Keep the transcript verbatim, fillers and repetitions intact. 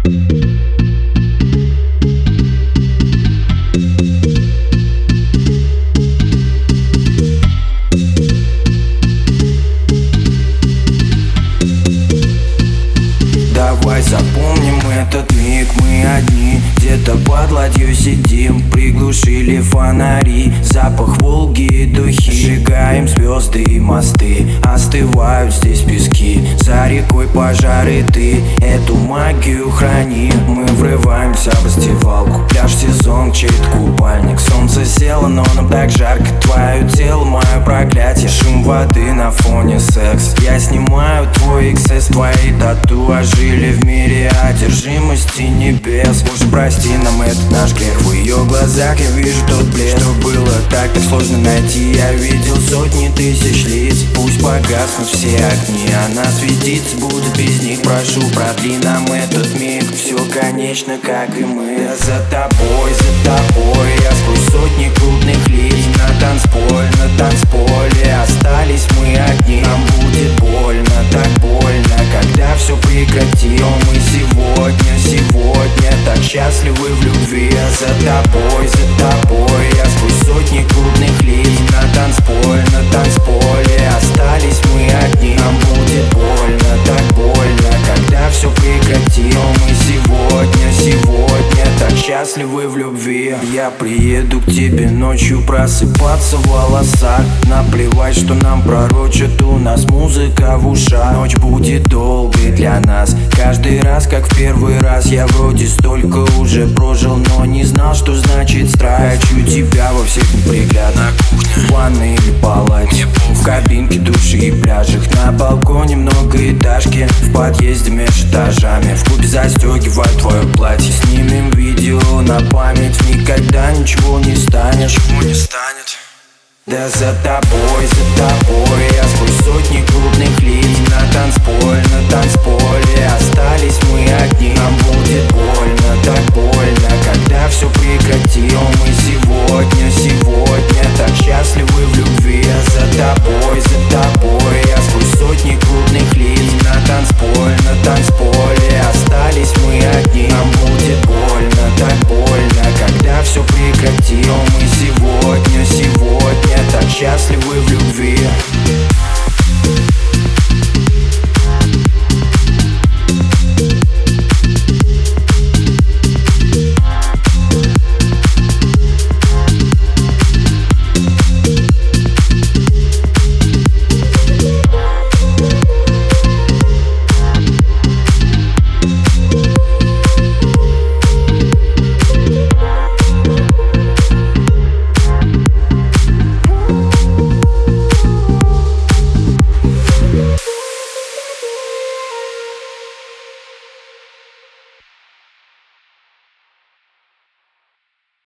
Давай запомним этот миг, мы одни, где-то под ладьей сидим, приглушили фонари, запах Волги и духи, сжигаем звезды и мосты, остывают здесь пески, за рекой пожары, ты эту магию храни. Мы врываемся в раздевалку, пляж, сезон, чей-то купальник, солнце село, но нам так жарко, твое тело, мое проклятие, шум воды на фоне секс. Я снимаю твой икс эс, твои тату ожили в мире одержимости небес. Уж прости нам этот наш грех, в ее глазах я вижу тот блеск, что было так, так сложно найти. Я видел сотни тысяч лиц, пусть погаснут все огни, она светиться будет без них. Прошу, продли нам этот миг, все конечно, как и мы. Я за тобой, за тобой, я сквозь сотни крупных лиц, на танцполе, на танцполе остались мы одни. Нам будет больно, так больно, когда все прекратим. Но мы сегодня, сегодня так счастливы в любви. Я за тобой, за тобой, я сквозь сотни крупных лиц, на танцполе, на танцполе остались мы одни. Нам будет больно, так больно, когда все прекратим. Но мы сегодня, сегодня так счастливы в любви. Я приеду к тебе ночью, просыпаться в волосах, наплевать, что нам пророчат, у нас музыка в ушах. Ночь будет долгой для нас, каждый раз как в первый раз. Я вроде столько уже прожил, но не знал, что значит страх. Хочу тебя во всех неприглядных, на кухне, в ванной или палате, в кабинке, душе и пляжах, на балконе многоэтажки, в подъезде между этажами. В клубе застегивай твое платье, снимем видео на память. Никогда ничего не станешь, ничего не станет. Да за тобой, за тобой, я сквозь сотни крупных лиц, на танцполе, на танцполе остались